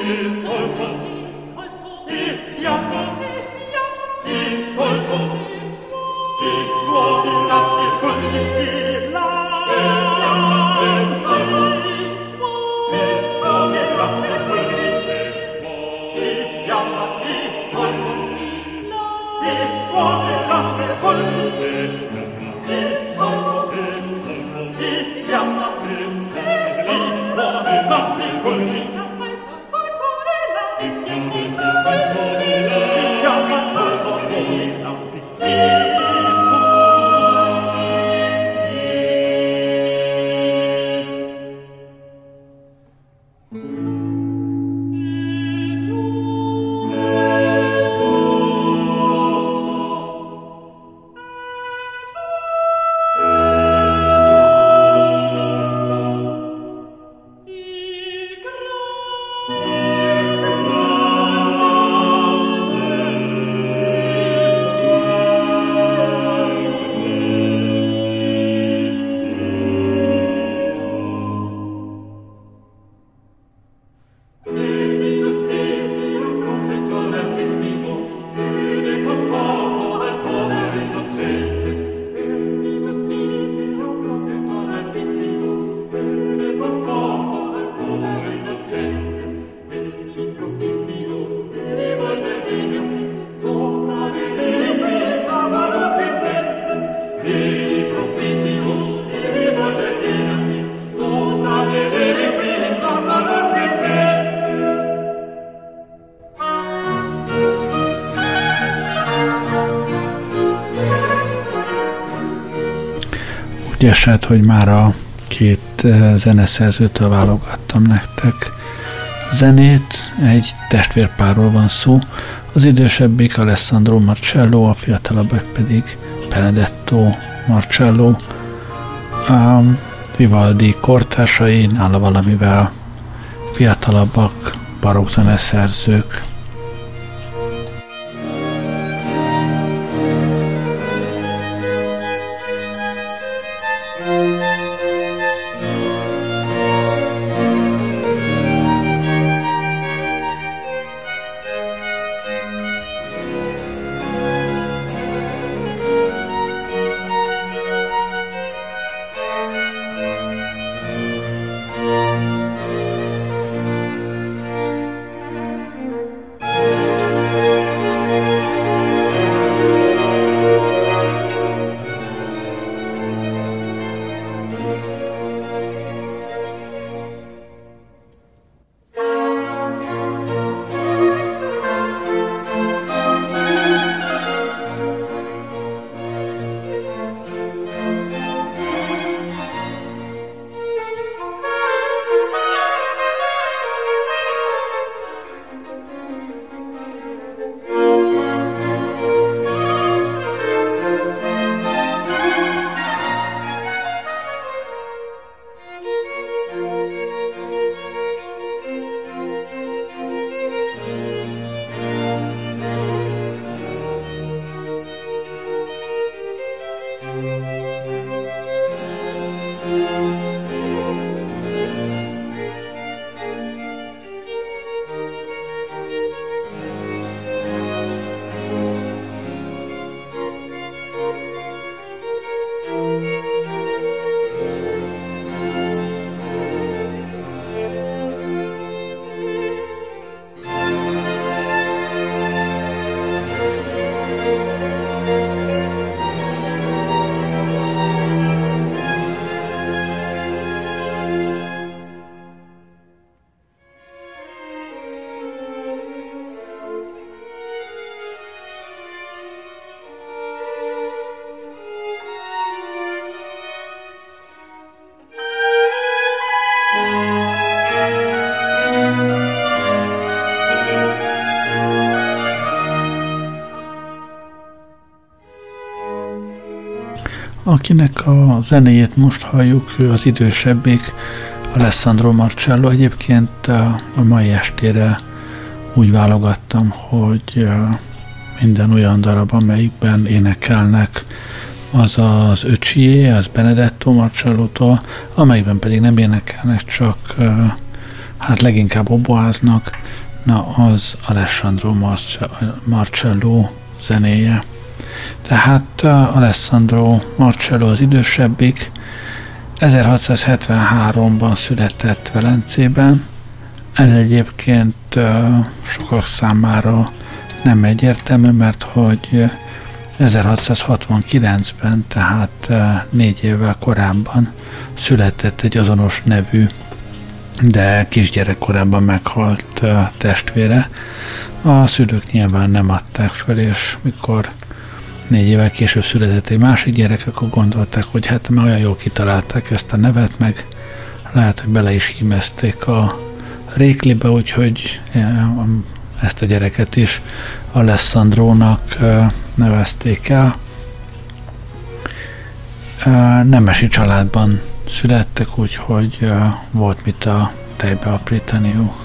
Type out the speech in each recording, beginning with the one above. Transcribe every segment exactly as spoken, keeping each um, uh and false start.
Úgy esett, hogy már a két zeneszerzőtől válogattam nektek zenét. Egy testvérpárról van szó. Az idősebbik Alessandro Marcello, a fiatalabbak pedig Benedetto Marcello. A Vivaldi kortársai, nála valamivel fiatalabbak, barokk zeneszerzők. Akinek a zenéjét most halljuk, ő az idősebbik, Alessandro Marcello. Egyébként a mai estére úgy válogattam, hogy minden olyan darab, amelyikben énekelnek, az az öcsié, az Benedetto Marcellótól, amelyikben pedig nem énekelnek, csak hát leginkább oboáznak. na az Alessandro Marcello zenéje. Tehát Alessandro Marcello az idősebbik, ezerhatszázhetvenháromban született Velencében. Ez egyébként sokak számára nem egyértelmű, mert hogy ezerhatszázhatvankilencben, tehát négy évvel korábban született egy azonos nevű, de kisgyerekkorában meghalt testvére. A szülők nyilván nem adták föl, és mikor négy évvel később született egy másik gyerek, akkor gondolták, hogy hát már olyan jól kitalálták ezt a nevet, meg lehet, hogy bele is hímezték a réklibe, úgyhogy ezt a gyereket is Alessandrónak nevezték el. Nemesi családban születtek, úgyhogy volt mit a tejbe aprítaniuk.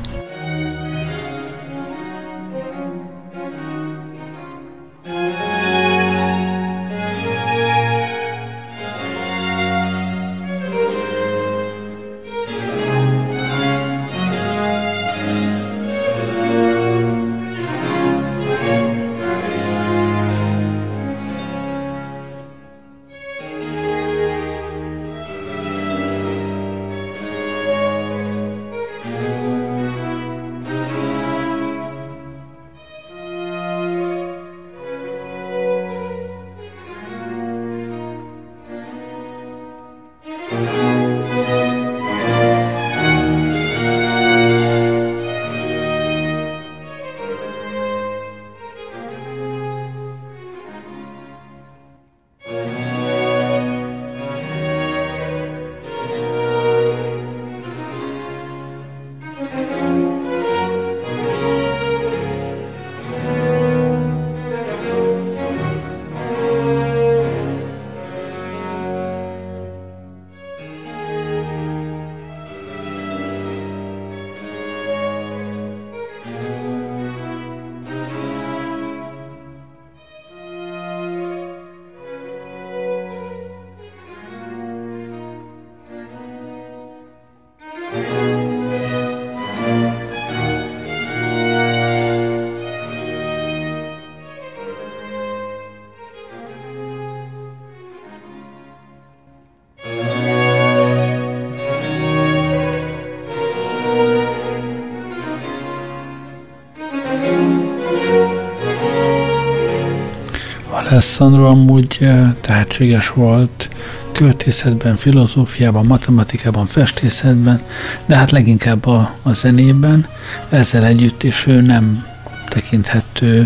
Alessandro amúgy tehetséges volt költészetben, filozófiában, matematikában, festészetben, de hát leginkább a, a zenében. Ezzel együtt is ő nem tekinthető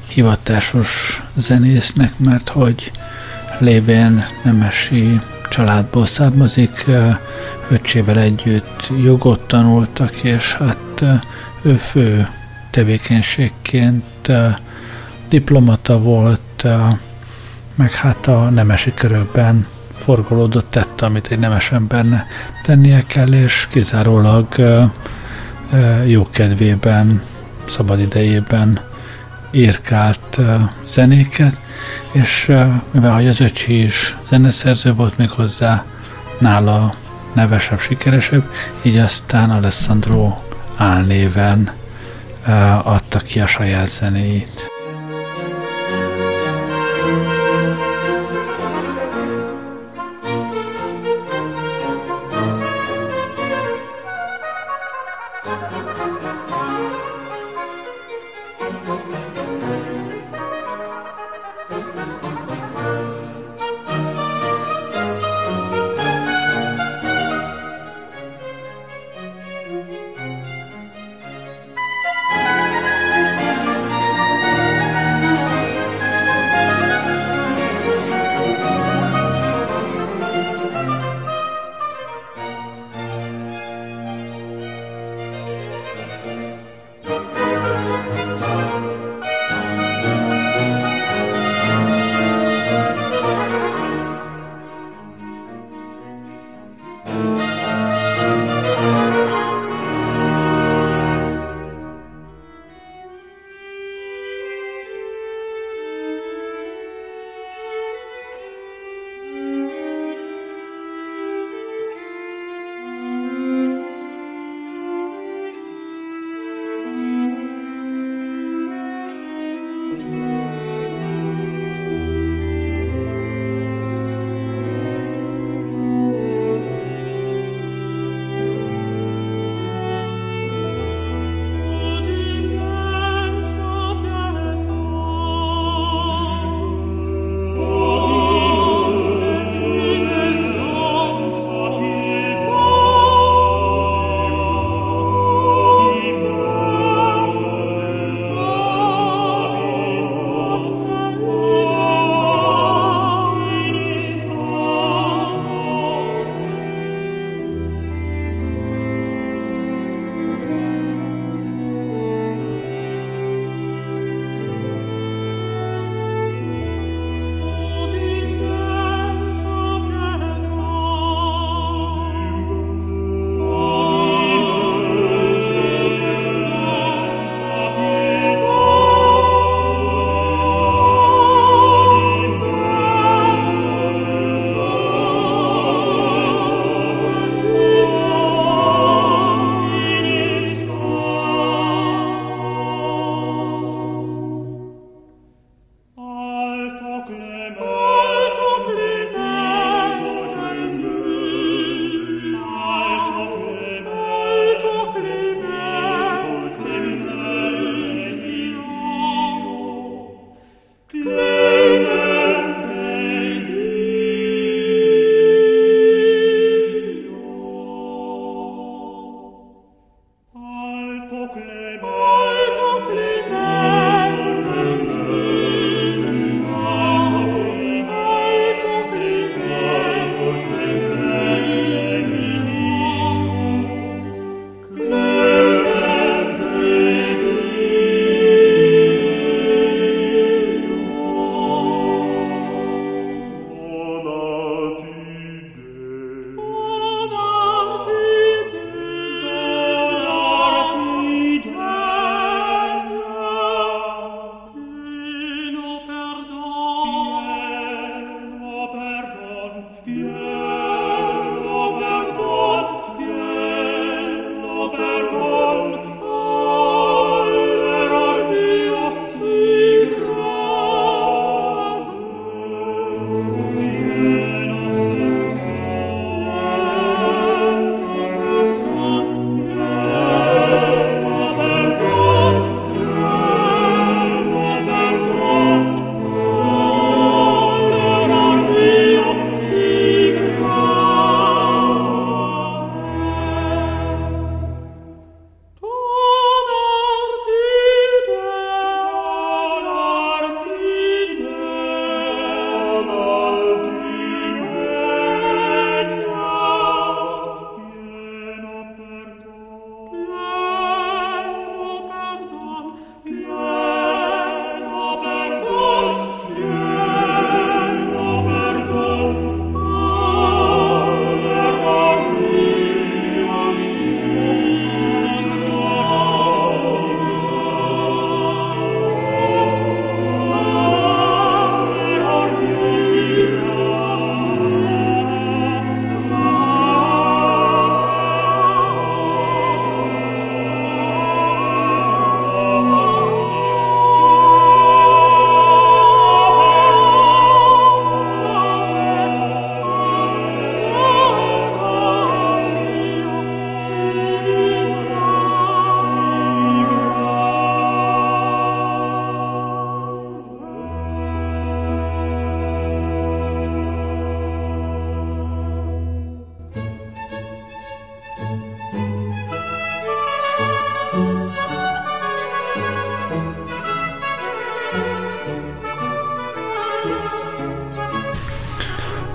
hivatásos zenésznek, mert hogy lévén nemesi családból származik, öccsével együtt jogot tanultak, és hát ő fő tevékenységként diplomata volt, meg hát a nemesi körökben forgolódott, tette, amit egy nemes embernek tennie kell, és kizárólag jókedvében, szabadidejében írkált zenéket, és mivel hogy az öcsi is zeneszerző volt, még hozzá nála nevesebb, sikeresebb, így aztán Alessandro álnéven adta ki a saját zenéit.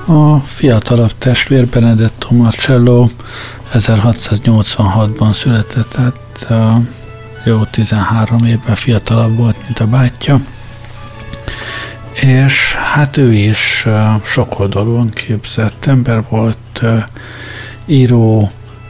A fiatalabb testvér Benedetto Marcello ezerhatszáznyolcvanhatban született, tehát jó tizenhárom évben fiatalabb volt, mint a bátyja, és hát ő is sokoldalúan képzett ember volt, író,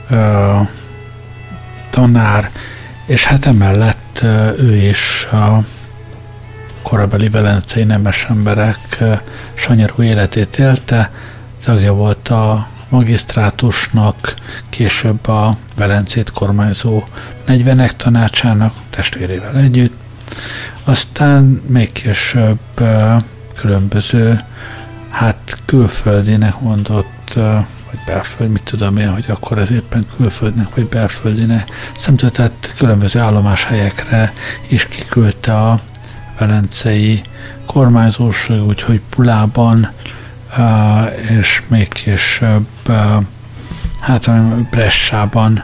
tanár, és hát emellett ő is a korabeli velencei nemes emberek sanyarú életét élte, tagja volt a magisztrátusnak, később a Velencét kormányzó negyvenek tanácsának, testvérével együtt. Aztán még később különböző, hát külföldinek mondott, vagy belföld, mit tudom én, hogy akkor ez éppen külföldnek, vagy belföldinek szemtől, tehát különböző állomáshelyekre is kiküldte a velencei kormányzóság, úgyhogy Pulában, és még később hát Bressában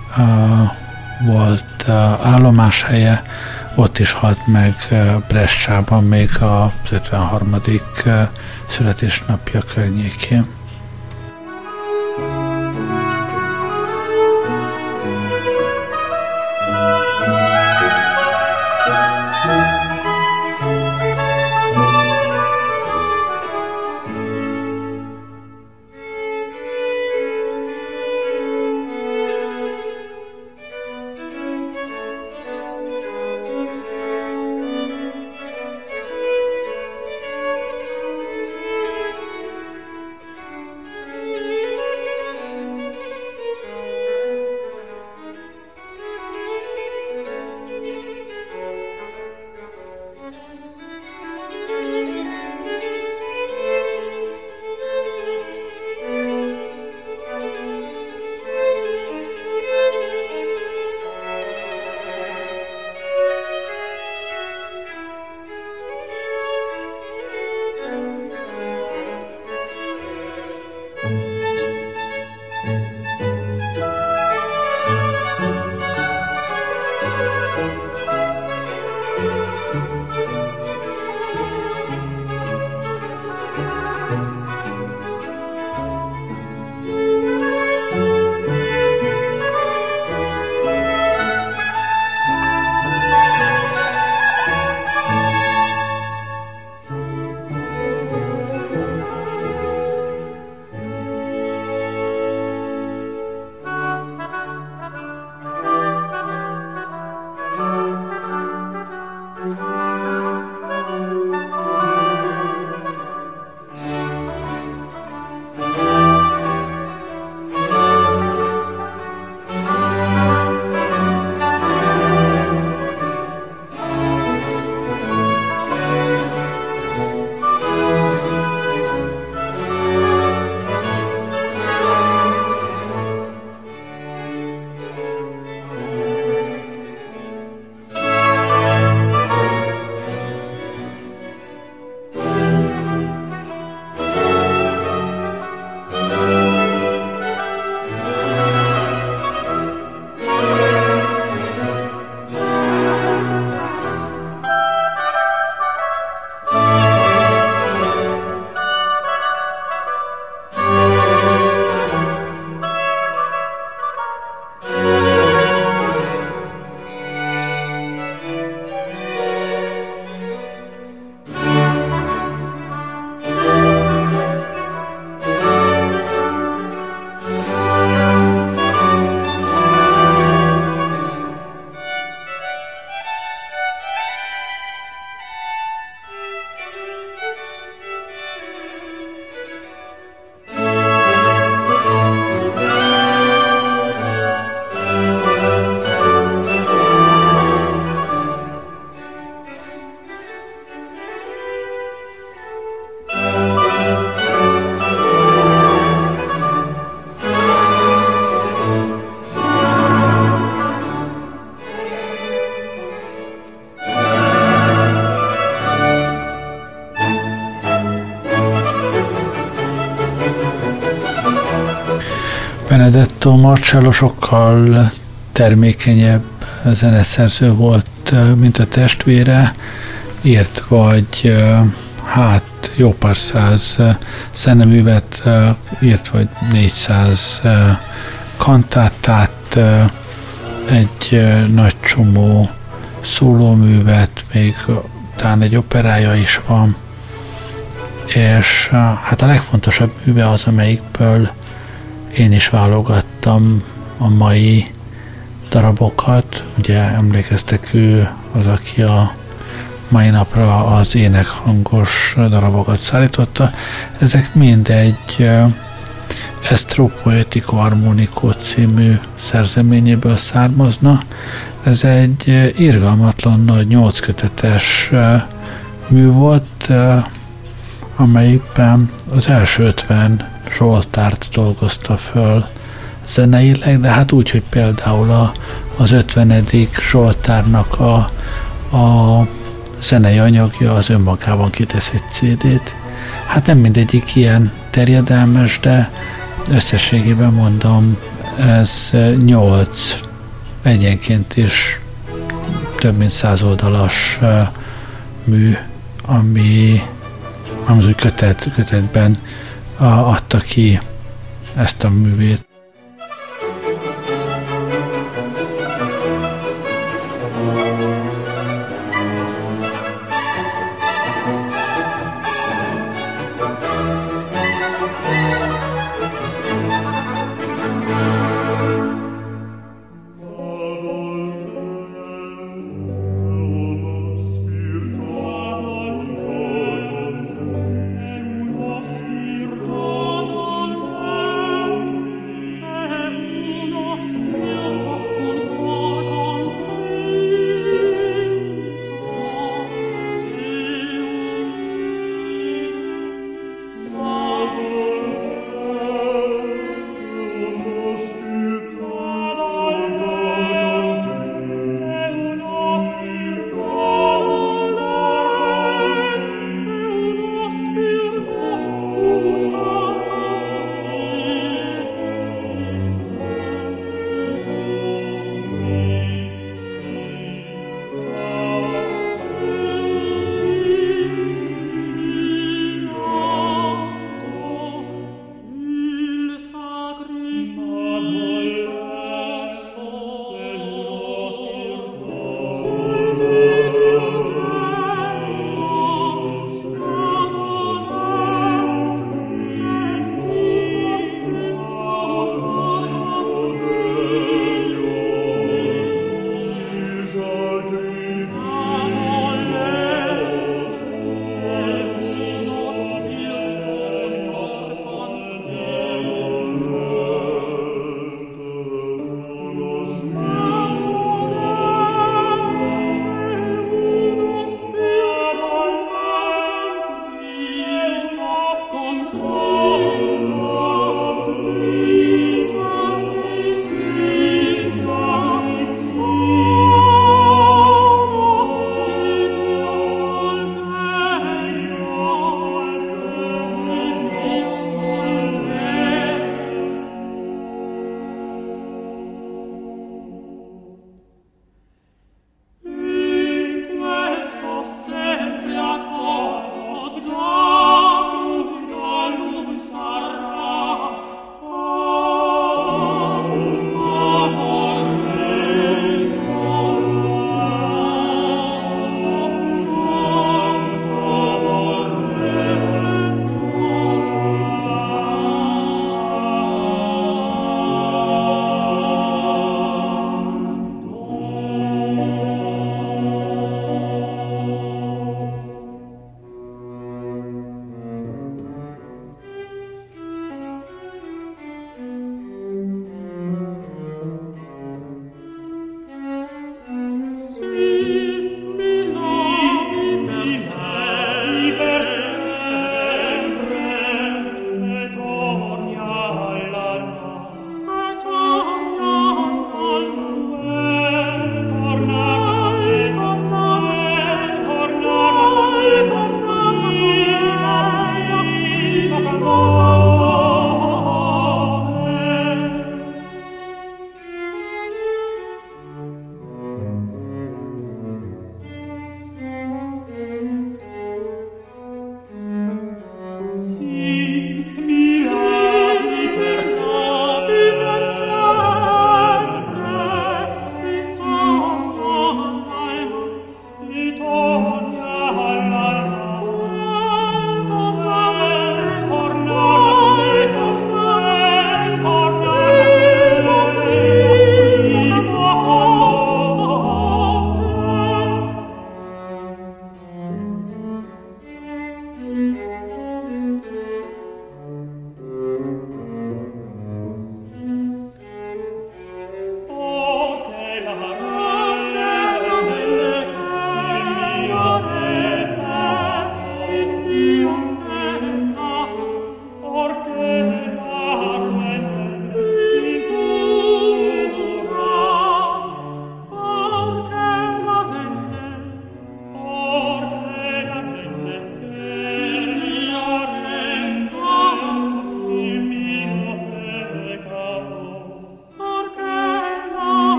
volt állomáshelye, ott is halt meg Bressában még az ötvenharmadik születésnapja környékén. Benedetto Marcello sokkal termékenyebb zeneszerző volt, mint a testvére. Írt vagy hát jó pár száz zeneművet írt, vagy négyszáz kantátát, egy nagy csomó szólóművet, még talán egy operája is van, és hát a legfontosabb műve az, amelyikből én is válogattam a mai darabokat. Ugye emlékeztek, ő az, aki a mai napra az énekhangos darabokat szállította. Ezek mind egy Estro Poetico Armonico című szerzeményéből származna. Ez egy irgalmatlan nagy nyolckötetes mű volt, amelyikben az első ötven zsoltárt dolgozta föl zeneileg, de hát úgy, hogy például a, az ötvenedik zsoltárnak a, a zenei anyagja az önmagában kitesz egy cé dét. Hát nem mindegyik ilyen terjedelmes, de összességében mondom, ez nyolc egyenként is több mint száz oldalas mű, ami, ami úgy kötet, kötetben adta ki ezt a művét.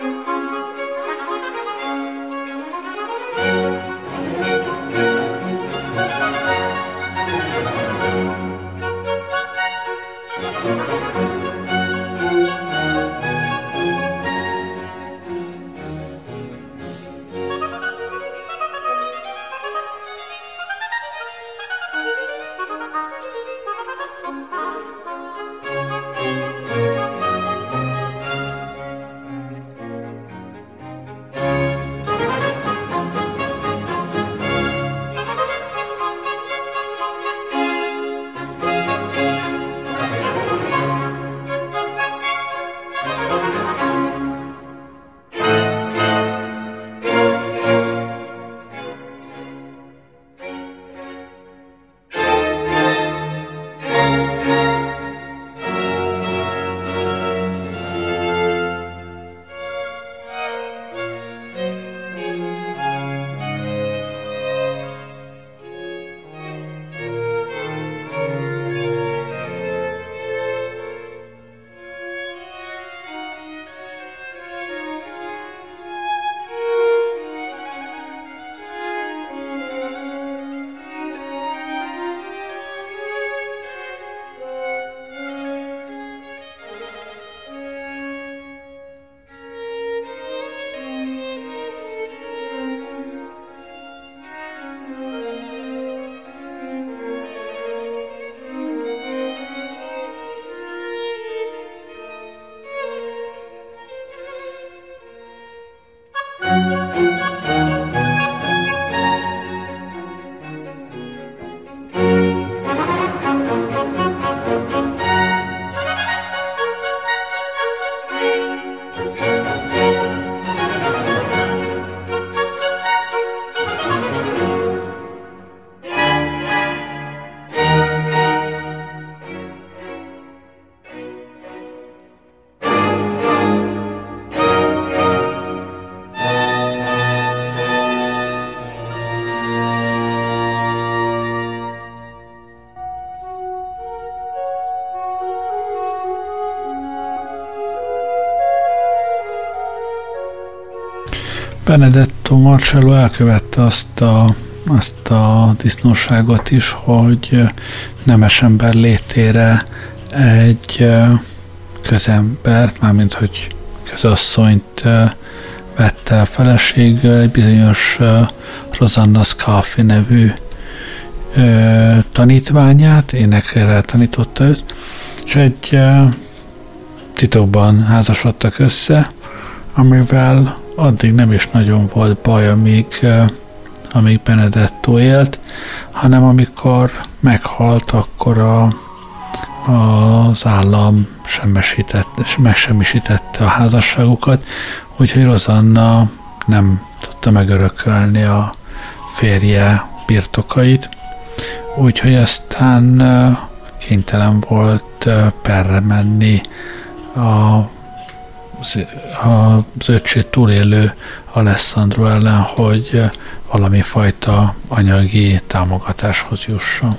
Benedetto Marcello elkövette azt a, azt a disznóságot is, hogy nemes ember létére egy közembert, mármint hogy közasszonyt vette a feleség, egy bizonyos Rosanna Scafi nevű tanítványát, éneklésre tanította őt, és egy titokban házasodtak össze, amivel addig nem is nagyon volt baj, amíg, amíg Benedetto élt, hanem amikor meghalt, akkor a, az állam semmisített, megsemmisítette a házasságukat, úgyhogy Rosanna nem tudta megörökölni a férje birtokait, úgyhogy aztán kénytelen volt perre menni a az öccsét túlélő Alessandro ellen, hogy valami fajta anyagi támogatáshoz jusson.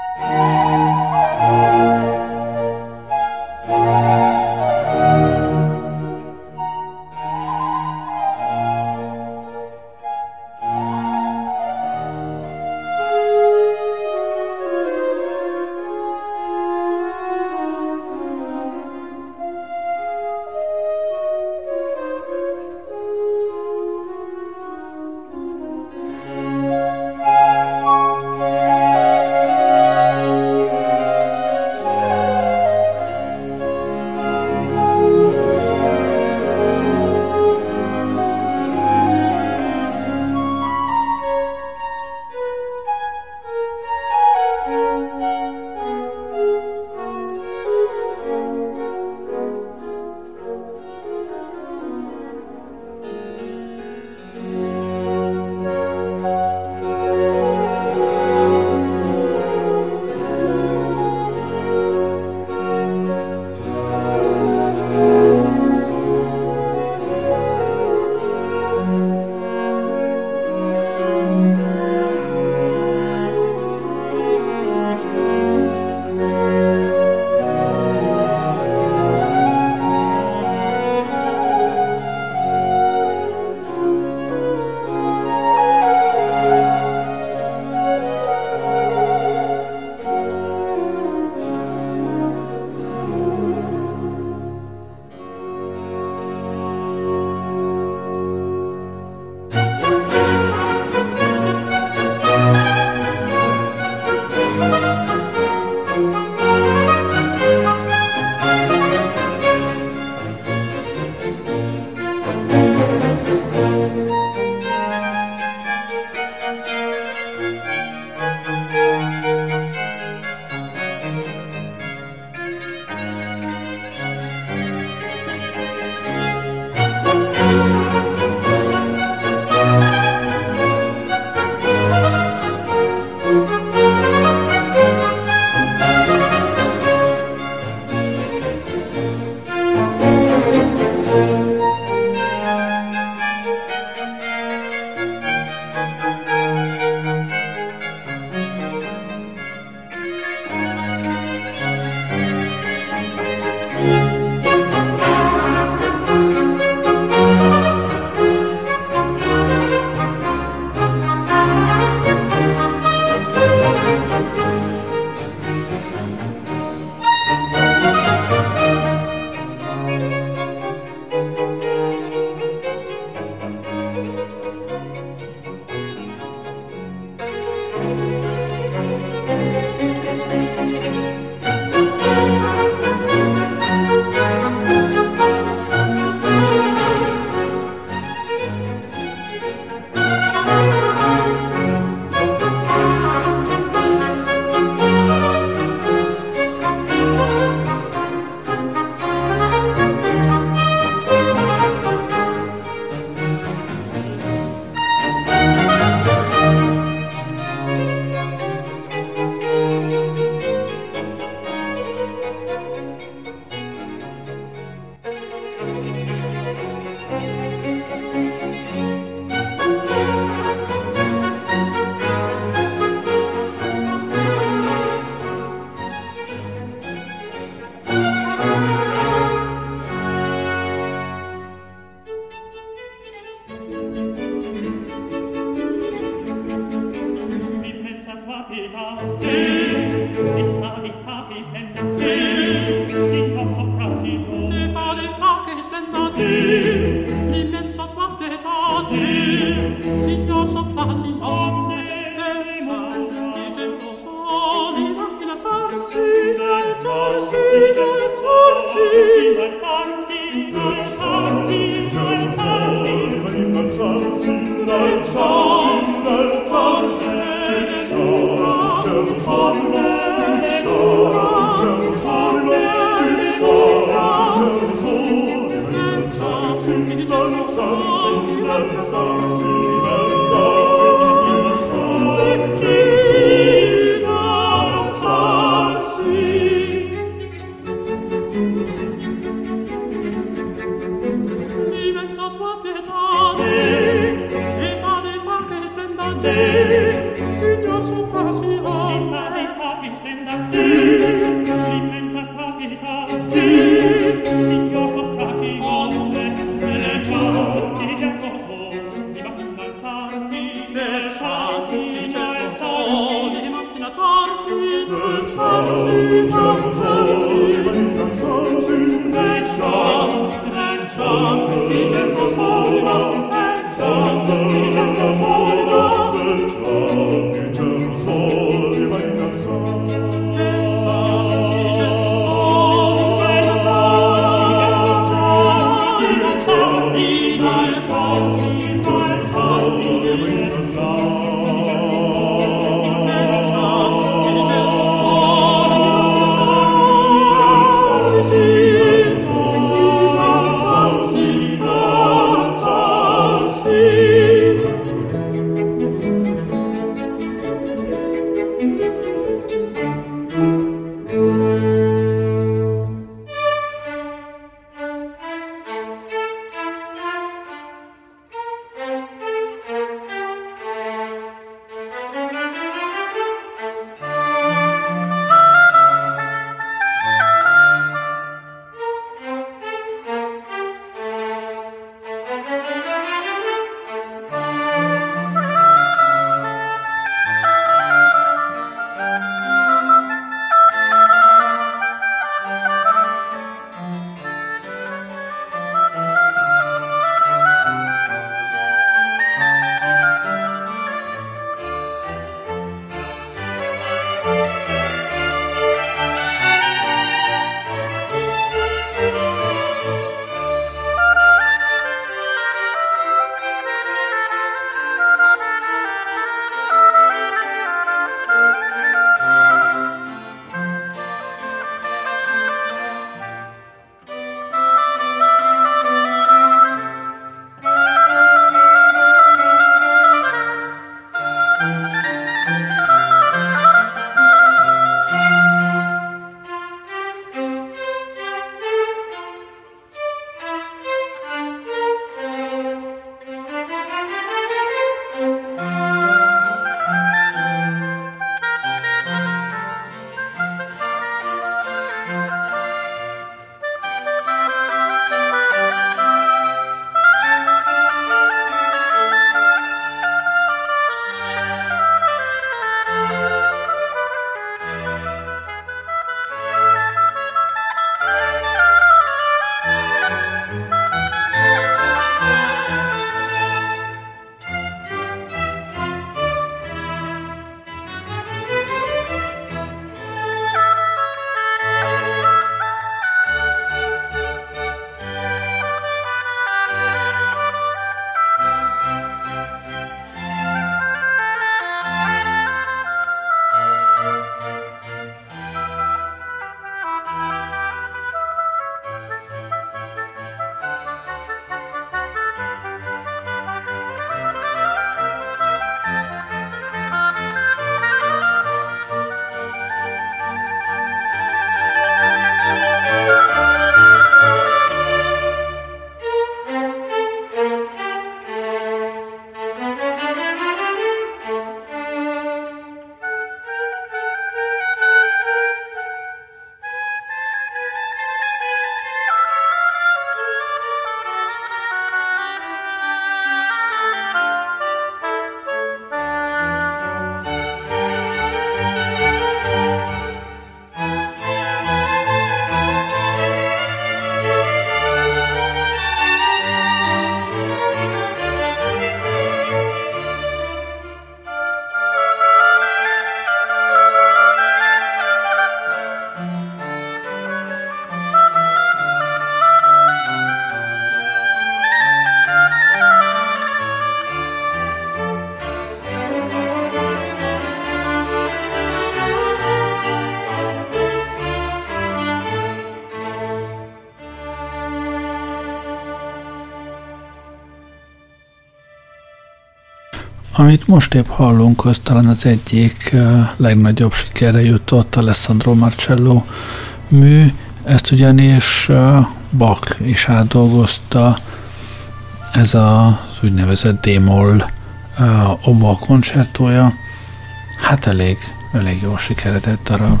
Amit most épp hallunk, az talán az egyik legnagyobb sikerre jutott Alessandro Marcello mű. Ezt ugyanis Bach is átdolgozta, ez az úgynevezett D-moll oboe koncertója. Hát elég, elég jól sikeredett darab.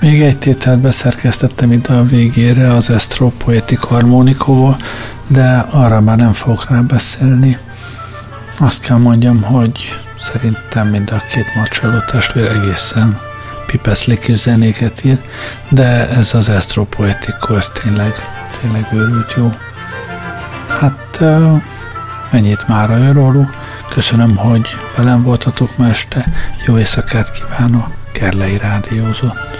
Még egy tételt beszerkesztettem ide a végére az Astro Poetic Harmonikóval, de arra már nem fogok rá beszélni. Azt kell mondjam, hogy szerintem mind a két Marcello testvér egészen pipeszlik zenéket ír, de ez az Astro Poetico, ez tényleg, tényleg őrült jó. Hát ennyit mára róluk. Köszönöm, hogy velem voltatok ma este. Jó éjszakát kívánok, Gerlei rádiózott.